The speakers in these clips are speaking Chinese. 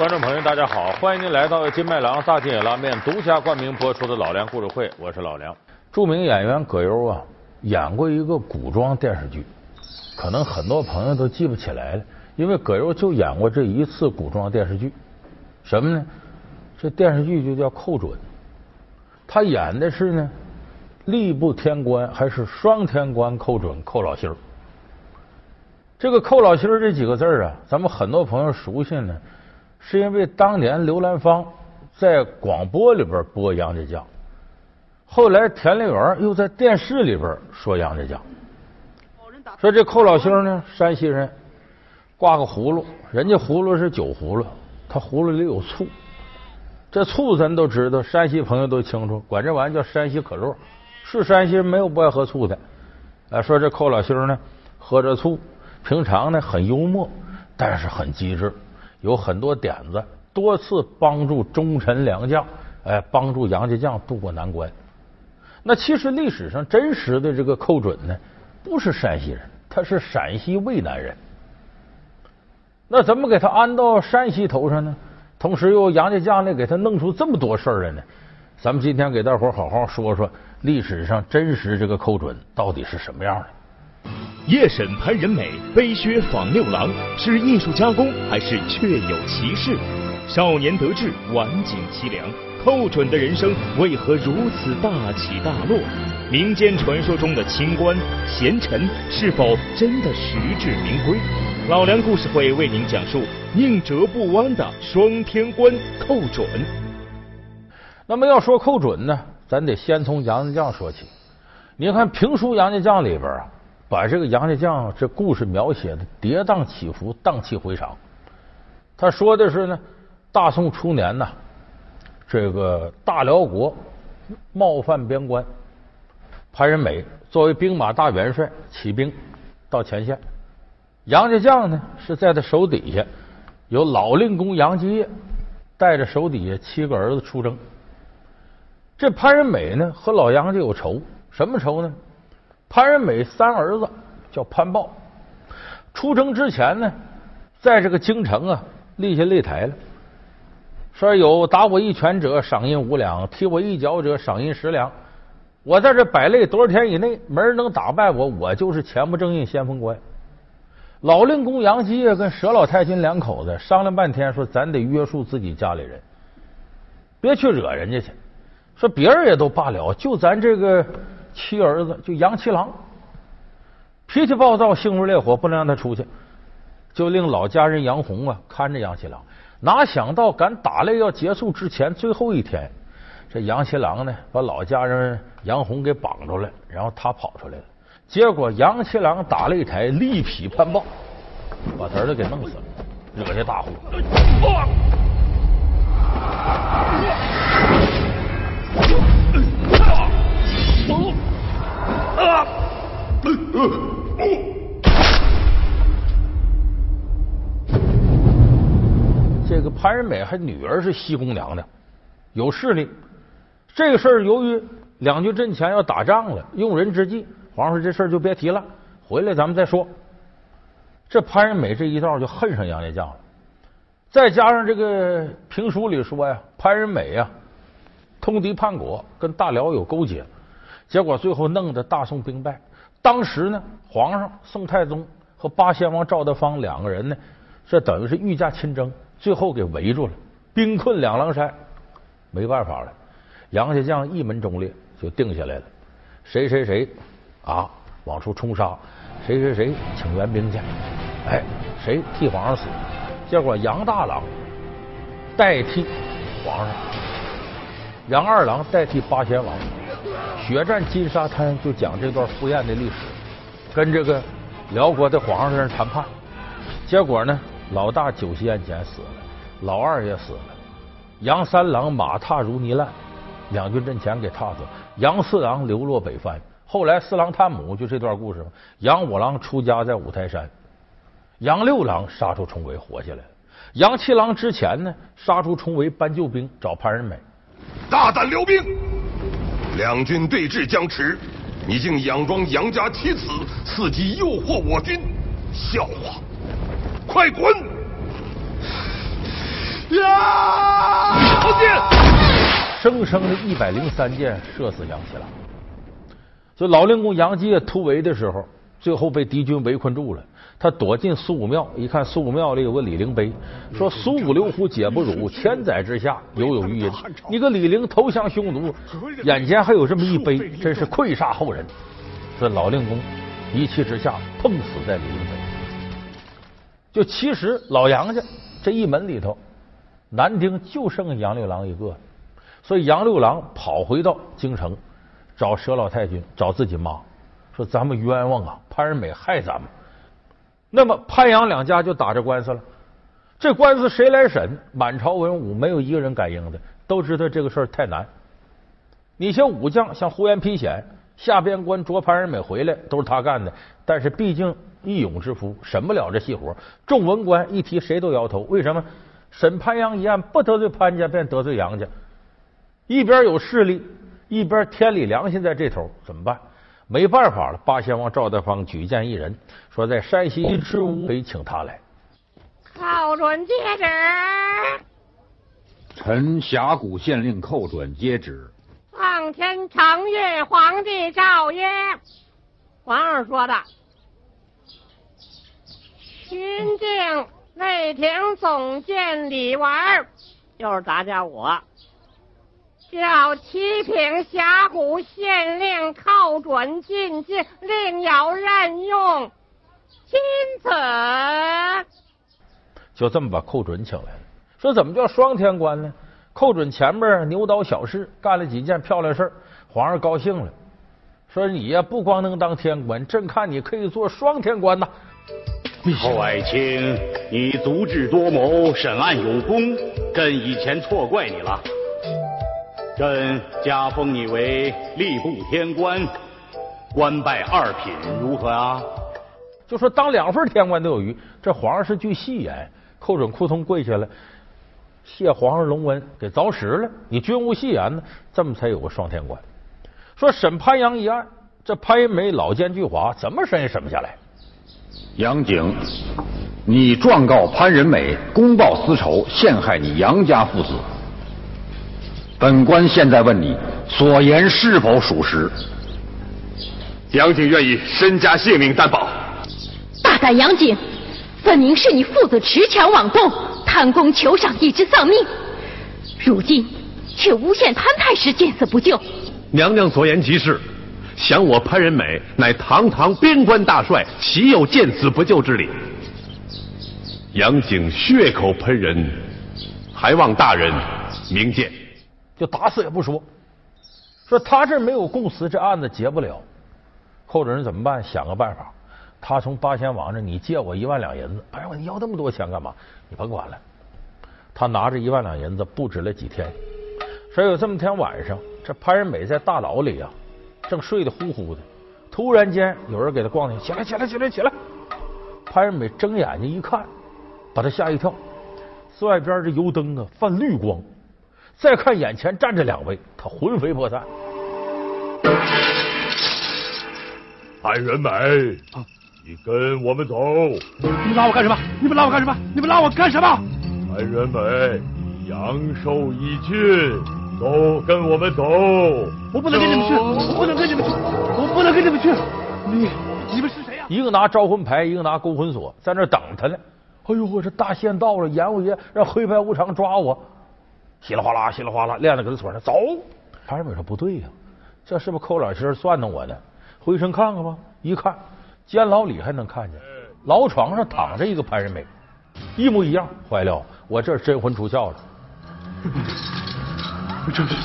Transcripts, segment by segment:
观众朋友，大家好，欢迎您来到金麦郎大金野拉面独家冠名播出的老梁故事会，我是老梁。著名演员葛优啊，演过一个古装电视剧，可能很多朋友都记不起来了，因为葛优就演过这一次古装电视剧。什么呢？这电视剧就叫《寇准》，他演的是呢吏部天官还是双天官寇准寇老心儿。这个寇老心儿这几个字啊，咱们很多朋友熟悉呢，是因为当年刘兰芳在广播里边播杨家将，后来田连元又在电视里边说杨家将。说这寇老星呢，山西人，挂个葫芦，人家葫芦是酒葫芦，他葫芦里有醋。这醋咱都知道，山西朋友都清楚，管这玩意叫山西可乐。是山西人没有不爱喝醋的。说这寇老星呢，喝着醋，平常呢很幽默，但是很机智，有很多点子，多次帮助忠臣良将，帮助杨家将渡过难关。那其实历史上真实的这个寇准呢，不是山西人，他是陕西渭南人。那怎么给他安到山西头上呢？同时又杨家将呢给他弄出这么多事儿来呢？咱们今天给大伙好好说说历史上真实这个寇准到底是什么样的。 夜审潘仁美背靴访六郎，是艺术加工还是确有其事？少年得志，晚景凄凉，寇准的人生为何如此大起大落？民间传说中的清官贤臣是否真的实至名归？老梁故事会为您讲述宁折不弯的双天官寇准。 那么要说寇准呢，咱得先从杨家将说起。你看评书《杨家将》里边啊，把这个杨家将这故事描写的跌宕起伏，荡气回肠。他说的是呢，大宋初年呢，这个大辽国冒犯边关，潘仁美作为兵马大元帅起兵到前线，杨家将呢是在他手底下，有老令公杨继业带着手底下7个儿子出征。这潘仁美呢和老杨家有仇，什么仇呢？潘仁美3儿子叫潘豹，出征之前呢，在这个京城啊立下擂台了，说有打我1拳者赏银5两，踢我1脚者赏银10两。我在这摆擂多少天以内，没人能打败我，我就是前不正印先锋官。老令公杨继业跟佘老太君2口子商量半天，说咱得约束自己家里人，别去惹人家去。说别人也都罢了，就咱这个7儿子，就杨七郎，脾气暴躁，性如烈火，不能让他出去，就令老家人杨洪啊看着杨七郎。哪想到赶打擂要结束之前最后一天，这杨七郎呢把老家人杨洪给绑住了，然后他跑出来了。结果杨七郎打擂台力劈潘豹，把他儿子给弄死了，惹下大祸。这个潘仁美还女儿是西宫娘娘，有势力。这个事儿由于两军阵前要打仗了，用人之际，皇上说这事儿就别提了，回来咱们再说。这潘仁美这一道就恨上杨家将了。再加上这个评书里说呀，潘仁美呀通敌叛国，跟大辽有勾结，结果最后弄得大宋兵败。当时呢，皇上宋太宗和八仙王赵德芳2个人呢，这等于是御驾亲征，最后给围住了，兵困两狼山，没办法了。杨家将一门忠烈，就定下来了，谁谁谁啊往出冲杀，谁谁谁请援兵去，谁替皇上死。结果杨大郎代替皇上，杨二郎代替八仙王，血战金沙滩，就讲这段赴宴的历史，跟这个辽国的皇上在那谈判。结果呢，老大酒席宴前死了，老二也死了，杨三郎马踏如泥烂，两军阵前给踏死了，杨四郎流落北藩。后来四郎探母就这段故事嘛。杨五郎出家在五台山，杨六郎杀出重围活下来了，杨七郎之前呢杀出重围搬救兵找潘仁美， 大胆辽兵，两军对峙将迟，你竟佯装杨家妻子，伺机诱惑我军，笑话！快滚！ 呀！ 生生的103箭射死杨七郎。就老令公杨继突围的时候，最后被敌军围困住了。他躲进苏武庙，一看苏武庙里有个李陵碑，说苏武留乎解不辱，千载之下犹有余音。你个李陵投降匈奴，眼前还有这么一碑，真是愧煞后人。这老令公一气之下碰死在李陵碑。就其实老杨家这一门里头，男丁就剩杨六郎一个，所以杨六郎跑回到京城找佘老太君，找自己妈，说咱们冤枉啊，潘仁美害咱们。那么潘杨两家就打这官司了。这官司谁来审？满朝文武没有一个人敢应的，都知道这个事儿太难。你像武将，像呼延丕显下边关捉潘仁美回来，都是他干的。但是毕竟义勇之夫，审不了这细活。众文官一提，谁都摇头。为什么？审潘杨一案，不得罪潘家，便得罪杨家。一边有势力，一边天理良心在这头，怎么办？没办法了，八贤王赵德芳举荐一人，说在山西之屋可以请他来。 寇准接旨。 臣峡谷县令寇准接旨。 奉天承运皇帝诏曰：皇上说的，巡境内廷总监李纨，就是咱家我，叫七品峡谷县令寇准进京，另有任用，钦此。 就这么把寇准请来了。说怎么叫双天官呢？寇准前面牛刀小试，干了几件漂亮事儿，皇上高兴了，说你呀不光能当天官，朕看你可以做双天官呐。 寇爱卿，你足智多谋，审案有功，朕以前错怪你了。朕加封你为吏部天官，官拜2品，如何啊？ 就说当2份天官都有余，这皇上是句戏言。寇准扑通跪下来，谢皇上隆恩，给凿实了，你君无戏言呢，这么才有个双天官。说审潘杨一案，这潘仁美老奸巨猾，怎么审也审不下来。 杨景，你状告潘仁美公报私仇，陷害你杨家父子。本官现在问你，所言是否属实？ 杨景愿意身家性命担保。 大胆杨景，分明是你父子持枪妄动，贪功求赏，以致丧命，如今却诬陷潘太师见死不救。 娘娘所言极是，想我潘仁美乃堂堂边关大帅，岂有见死不救之理？杨景血口喷人，还望大人明鉴。 就打死也不说，说他这没有供词，这案子结不了。寇准怎么办？想个办法，他从八贤王这，你借我1万两银子。哎呀，你要那么多钱干嘛？你甭管了。他拿着1万两银子布置了几天。说有这么天晚上，这潘仁美在大牢里啊，正睡得呼呼的，突然间有人给他咣起来，起来，起来，起来！潘仁美睁眼睛一看，把他吓一跳，外边这油灯啊泛绿光，再看眼前站着2位，他魂飞魄散。 潘仁美，你跟我们走。 你拉我干什么？你们拉我干什么？你们拉我干什么？ 潘仁美，你阳寿已尽，走，跟我们走。 我不能跟你们去，我不能跟你们去，我不能跟你们去。你们是谁呀？ 一个拿招魂牌，一个拿勾魂锁，在那等他呢。哎呦，我这大限到了，阎王爷让黑白无常抓我，稀里哗啦，稀里哗啦，链子给他锁上，走。潘仁美说不对呀，这是不是寇老师算弄我呢？回身看看吧，一看监牢里还能看见，牢床上躺着一个潘仁美，一模一样。坏了，我这真魂出窍了。 这是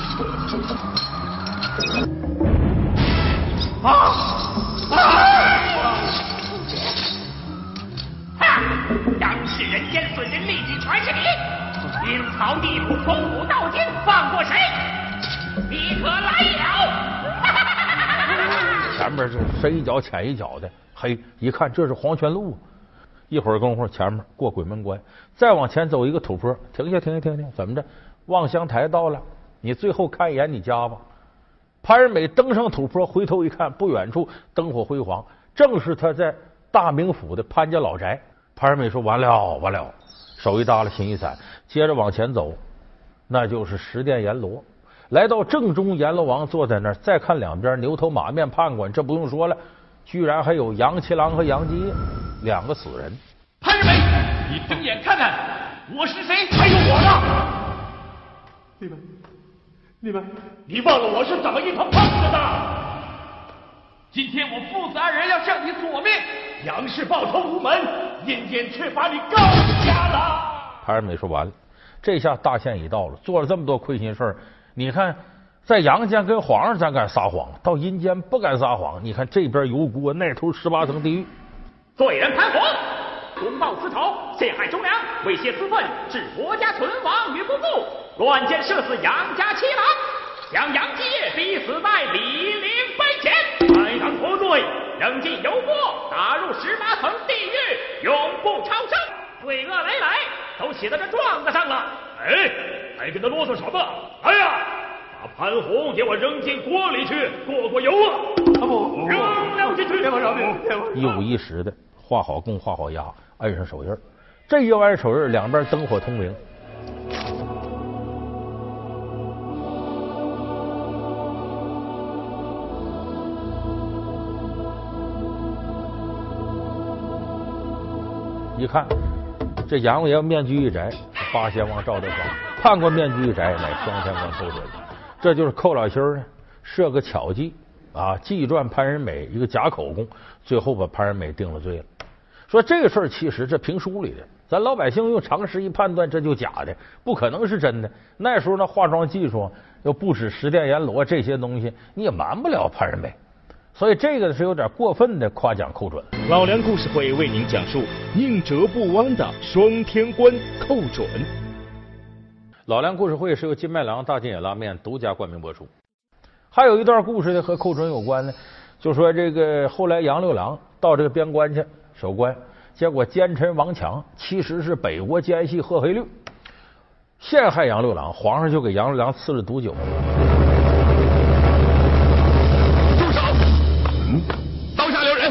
当世人奸损人，立即传是你，阴曹地府，从古到今，放过谁？你可来了！ 前面是深一脚浅一脚的，嘿，一看这是黄泉路。一会儿功夫，前面过鬼门关，再往前走一个土坡，停下，停下，停下，怎么着？望乡台到了，你最后看一眼你家吧。潘仁美登上土坡，回头一看，不远处灯火辉煌，正是他在大名府的潘家老宅。潘仁美说：“完了，完了！”手一耷拉，心一散，接着往前走，那就是十殿阎罗。 来到正中，阎罗王坐在那儿，再看两边牛头马面判官，这不用说了，居然还有杨七郎和杨继业两个死人。 潘仁美，你睁眼看看，我是谁？还有我呢！你忘了我是怎么一头碰死的？今天我父子二人要向你索命，杨氏报仇无门，阴间却把你告下了。 潘仁美说完了，这下大限已到了，做了这么多亏心事儿，你看在阳间跟皇上咱敢撒谎，到阴间不敢撒谎。你看这边油锅，那头18层地狱。 罪人潘洪公报私仇，陷害忠良，猥亵私愤，致国家存亡于不顾，乱箭射死杨家七郎，将杨继业逼死在李陵碑前，该当活罪，扔进油锅，打入18层地狱，永不超生，罪恶累累，都写到这状子上了。 哎，还跟他啰嗦什么？来呀，把潘洪给我扔进锅里去过油啊！不，扔了进去。 一五一十的画好供，画好押，摁上手印。这一按手印，两边灯火通明。一看，这杨王爷面具一摘，八仙王赵德芳；判官面具一摘，乃双天官寇准。这就是寇老心呢，设个巧计啊，计赚潘仁美一个假口供，最后把潘仁美定了罪了。说这个事儿其实这评书里的，咱老百姓用常识一判断，这就假的，不可能是真的。那时候那化妆技术又不止十殿阎罗这些东西，你也瞒不了潘仁美。所以这个是有点过分的夸奖寇准。 老梁故事会为您讲述宁折不弯的双天官寇准。 老梁故事会是由金麦郎大金野拉面独家冠名播出。还有一段故事呢和寇准有关呢，就说这个后来杨六郎到这个边关去守关，结果奸臣王强其实是北国奸细贺黑律陷害杨六郎，皇上就给杨六郎赐了毒酒。 住手！刀下留人！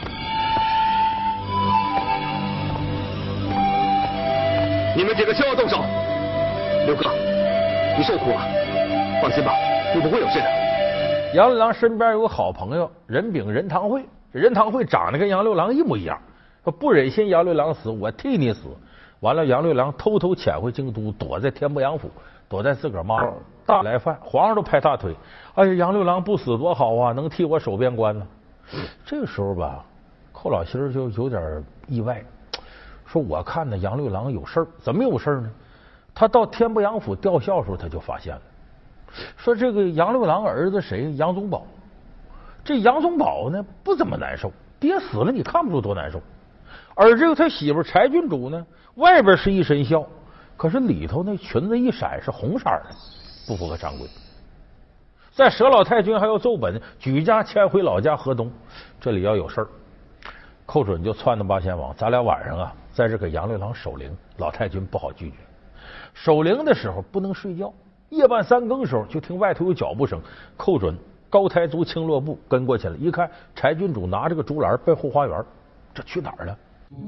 你们几个休要动手。刘哥，你受苦了，放心吧，你不会有事的。 杨六郎身边有个好朋友任炳任堂会，任堂会长得跟杨六郎一模一样，说不忍心杨六郎死，我替你死。完了，杨六郎偷偷潜回京都，躲在天波杨府，躲在自个儿妈大来犯，皇上都拍大腿。哎呀，杨六郎不死多好啊，能替我守边关呢。这个时候吧，寇老心就有点意外，说我看呢杨六郎有事儿，怎么有事儿呢？他到天波杨府吊孝时候，他就发现了，说这个杨六郎儿子谁杨宗保，这杨宗保呢不怎么难受，爹死了你看不出多难受。而这个他媳妇柴郡主呢，外边是一身孝，可是里头那裙子一闪是红色的，不符合常规。在佘老太君还要奏本举家迁回老家河东，这里要有事儿。寇准就撺掇八仙王，咱俩晚上啊在这给杨六郎守灵，老太君不好拒绝。守灵的时候不能睡觉，夜半3更时候就听外头有脚步声，寇准高抬足轻落步跟过去了，一看柴郡主拿着个竹篮奔后花园，这去哪儿了？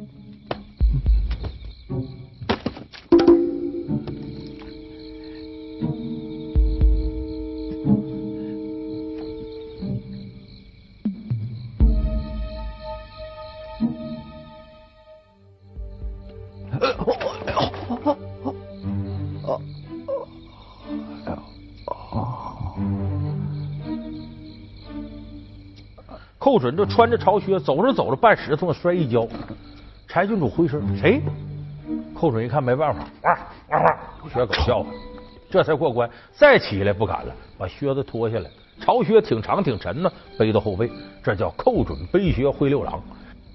寇准就穿着朝靴走着走着绊石头摔一跤，柴郡主回身谁？寇准一看没办法，学狗叫，这才过关。再起来不敢了，把靴子脱下来，朝靴挺长挺沉呢，背到后背，这叫寇准背靴会六郎。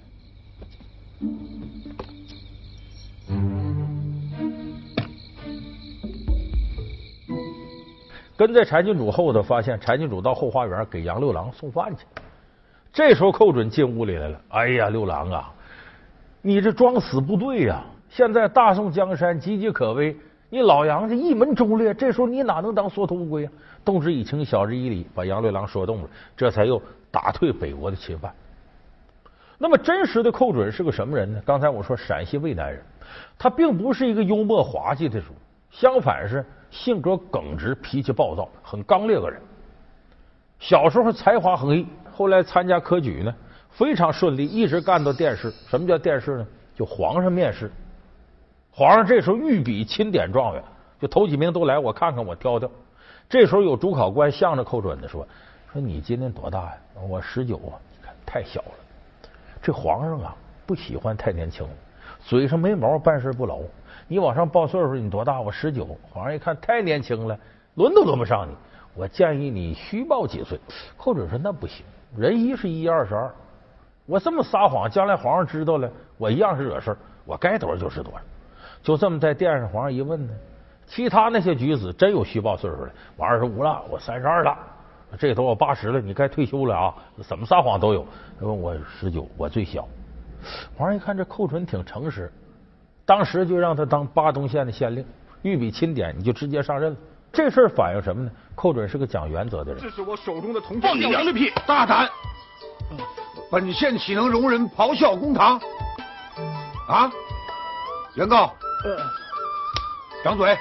跟在柴郡主后头，发现柴郡主到后花园给杨六郎送饭去。这时候寇准进屋里来了，哎呀，六郎啊，你这装死不对呀！现在大宋江山岌岌可危，你老杨家一门忠烈，这时候你哪能当缩头乌龟啊？动之以情，晓之以理，把杨六郎说动了，这才又打退北国的侵犯。那么真实的寇准是个什么人呢？刚才我说陕西渭南人，他并不是一个幽默滑稽的主， 相反是性格耿直，脾气暴躁，很刚烈个人。小时候才华横溢，后来参加科举呢，非常顺利，一直干到殿试。什么叫殿试呢？就皇上面试，皇上这时候御笔钦点状元，就头几名都来，我看看，我挑挑。这时候有主考官向着寇准的说你今年多大呀？我19啊，你看太小了。这皇上啊不喜欢太年轻，嘴上没毛，办事不牢。你往上报岁数，你多大？我19。皇上一看太年轻了，轮都轮不上你。我建议你虚报几岁。寇准说那不行，人一是1，二是2。我这么撒谎，将来皇上知道了，我一样是惹事儿。我该多少就是多少。就这么在殿上，皇上一问呢，其他那些举子真有虚报岁数的，我25了，我32了，这都我80了，你该退休了啊！怎么撒谎都有。我19，我最小。皇上一看这寇准挺诚实，当时就让他当巴东县的县令，御笔钦点，你就直接上任了。这事儿反映什么呢？寇准是个讲原则的人。 这是我手中的铜放你娘的屁！ 大胆！本县岂能容忍咆哮公堂？啊！原告，掌嘴。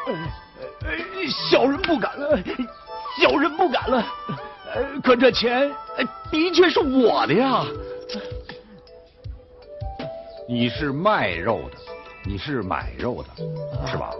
小人不敢了，小人不敢了。可这钱的确是我的呀。 你是卖肉的，你是买肉的，是吧？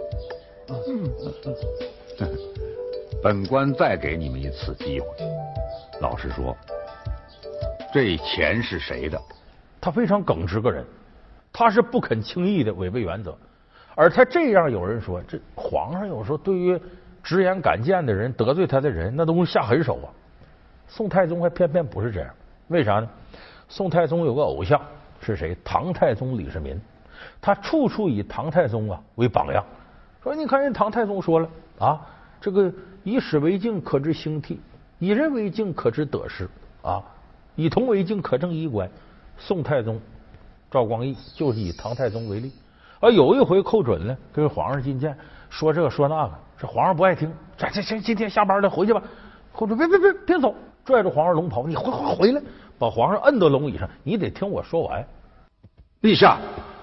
本官再给你们一次机会。老实说，这钱是谁的？ 他非常耿直个人，他是不肯轻易的违背原则。而他这样，有人说，这皇上有时候对于直言敢谏的人，得罪他的人，那都会下狠手啊。宋太宗还偏偏不是这样，为啥呢？宋太宗有个偶像是谁？唐太宗李世民，他处处以唐太宗啊为榜样。说你看人唐太宗说了啊，这个以史为镜，可知兴替；以人为镜，可知得失啊；以铜为镜，可正衣冠。宋太宗赵光义就是以唐太宗为例。而有一回寇准呢跟皇上进谏，说这个说那个，这皇上不爱听，这行，今天下班了回去吧。寇准别走，拽住皇上龙袍，你回来，把皇上摁到龙椅上，你得听我说完。 陛下，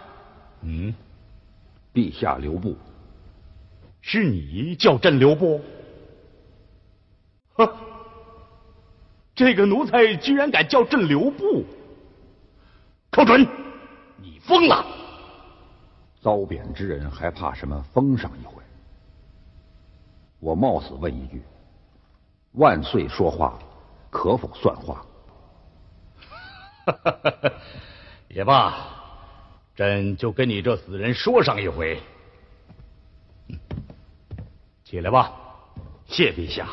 陛下留步。 是你叫朕留步？呵，这个奴才居然敢叫朕留步！寇准，你疯了！ 遭贬之人还怕什么封上一回？我冒死问一句：万岁说话可否算话？ 也罢，朕就跟你这死人说上一回。起来吧，谢陛下。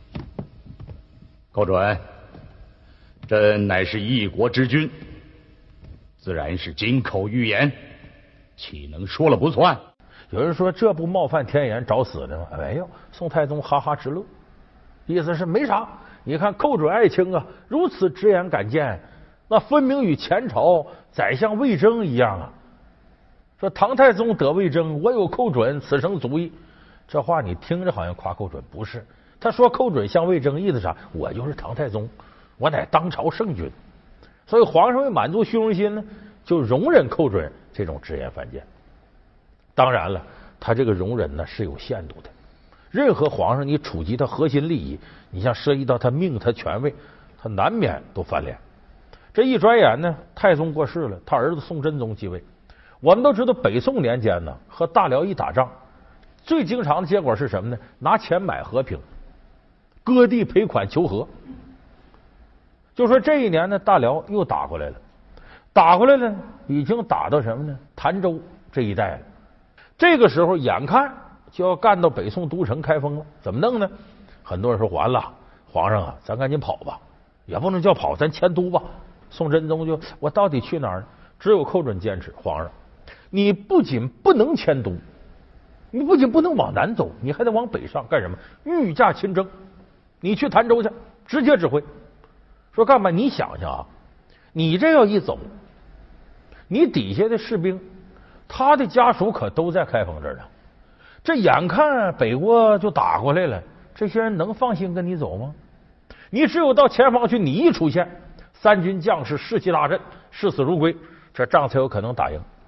寇准，朕乃是一国之君，自然是金口玉言，岂能说了不算？ 有人说这不冒犯天颜找死的吗？没有，宋太宗哈哈直乐，意思是没啥。你看寇准爱卿啊，如此直言敢谏，那分明与前朝宰相魏征一样啊。说唐太宗得魏征，我有寇准，此生足矣。这话你听着好像夸寇准，不是。他说寇准像魏征，意思啥？我就是唐太宗，我乃当朝圣君。所以皇上为满足虚荣心呢，就容忍寇准这种直言犯谏。当然了，他这个容忍呢是有限度的。任何皇上你触及他核心利益，你像涉及到他命他权位，他难免都翻脸。这一转眼呢，太宗过世了，他儿子宋真宗继位。我们都知道北宋年间呢，和大辽一打仗，最经常的结果是什么呢？拿钱买和平，割地赔款求和。就说这一年呢，大辽又打过来了，打过来呢，已经打到什么呢？潭州这一带了。这个时候眼看就要干到北宋都城开封了，怎么弄呢？很多人说完了，皇上啊，咱赶紧跑吧，也不能叫跑，咱迁都吧。宋真宗就我到底去哪儿呢？只有寇准坚持，皇上，你不仅不能迁都，你不仅不能往南走，你还得往北上干什么？御驾亲征，你去潭州去，直接指挥。说干嘛？你想想啊，你这要一走，你底下的士兵，他的家属可都在开封这儿呢。这眼看北国就打过来了，这些人能放心跟你走吗？你只有到前方去，你一出现，三军将士士气大振，视死如归，这仗才有可能打赢。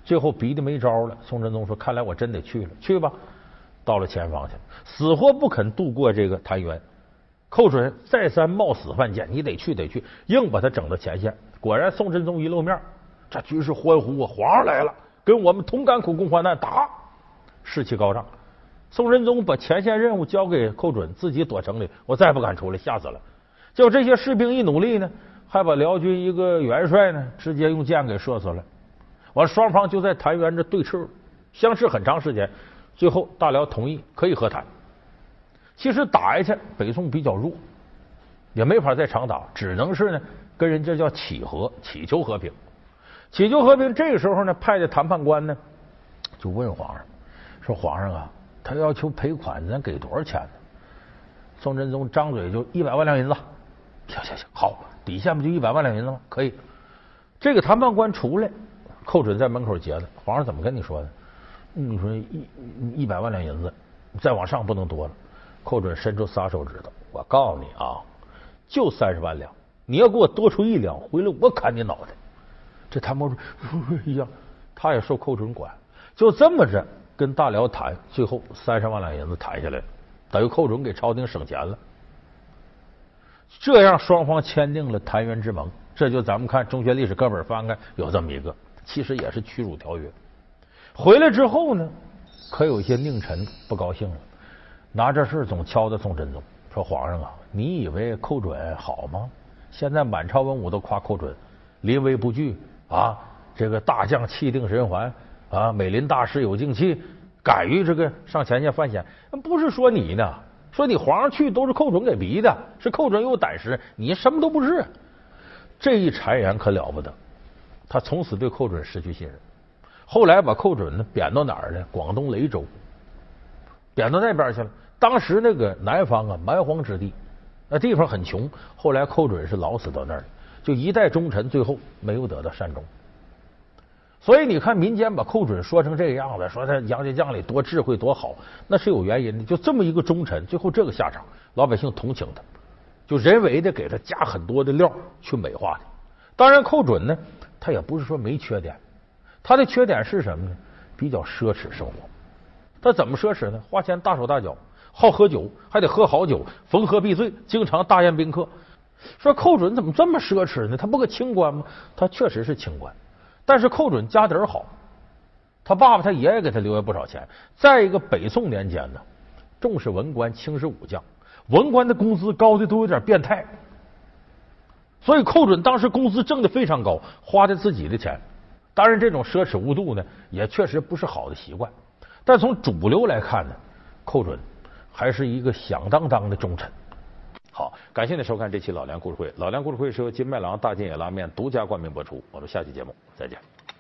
最后逼得没招了，宋真宗说：“看来我真得去了，去吧。”到了前方去，死活不肯渡过这个潭渊。寇准再三冒死犯谏：“你得去，得去！”硬把他整到前线。果然，宋真宗一露面，这军士欢呼啊！皇上来了，跟我们同甘苦共患难，打！士气高涨。宋真宗把前线任务交给寇准，自己躲城里，我再不敢出来，吓死了。结果这些士兵一努力呢，还把辽军一个元帅呢，直接用箭给射死了。完，双方就在潭渊这对峙，相持很长时间。最后大辽同意可以和谈。其实打下去，北宋比较弱，也没法再长打，只能是呢跟人家叫乞和，祈求和平。祈求和平，这个时候呢，派的谈判官呢就问皇上说：“皇上啊，他要求赔款，咱给多少钱呢？”宋真宗张嘴就100万两银子。行，好，底线不就100万两银子吗？可以。这个谈判官出来，寇准在门口截了。皇上怎么跟你说的？你说100万两银子，再往上不能多了。寇准伸出撒手指头，我告诉你啊，就30万两，你要给我多出1两，回来我砍你脑袋。这谭伯说：“哎呀，他也受寇准管。”就这么着跟大辽谈，最后30万两银子谈下来了，等于寇准给朝廷省钱了。这样双方签订了澶渊之盟。这就咱们看中学历史课本翻开有这么一个，其实也是屈辱条约。回来之后呢，可有一些佞臣不高兴了，拿这事总敲打宋真宗，说：“皇上啊，你以为寇准好吗？现在满朝文武都夸寇准临危不惧啊，这个大将气定神闲啊，美林大师有静气，敢于这个上前线犯险。不是说你呢，说你皇上去都是寇准给逼的，是寇准有胆识，你什么都不是。”这一谗言可了不得，他从此对寇准失去信任。后来把寇准呢贬到哪儿呢？广东雷州，贬到那边去了。当时那个南方啊，蛮荒之地，那地方很穷。后来寇准是老死到那儿，就一代忠臣，最后没有得到善终。所以你看，民间把寇准说成这个样子，说他杨家将里多智慧多好，那是有原因的。就这么一个忠臣，最后这个下场，老百姓同情他，就人为的给他加很多的料去美化他。当然，寇准呢，他也不是说没缺点。他的缺点是什么呢？比较奢侈生活。他怎么奢侈呢？花钱大手大脚，好喝酒，还得喝好酒，逢喝必醉，经常大宴宾客。说寇准怎么这么奢侈呢？他不个清官吗？他确实是清官，但是寇准家底儿好，他爸爸他爷爷给他留下不少钱。再一个，北宋年间呢，重视文官，轻视武将，文官的工资高的都有点变态，所以寇准当时工资挣得非常高，花的自己的钱。当然，这种奢侈无度呢，也确实不是好的习惯。但从主流来看呢，寇准还是一个响当当的忠臣。好，感谢您收看这期老梁故事会。老梁故事会是由金麦郎大金野拉面独家冠名播出。我们下期节目再见。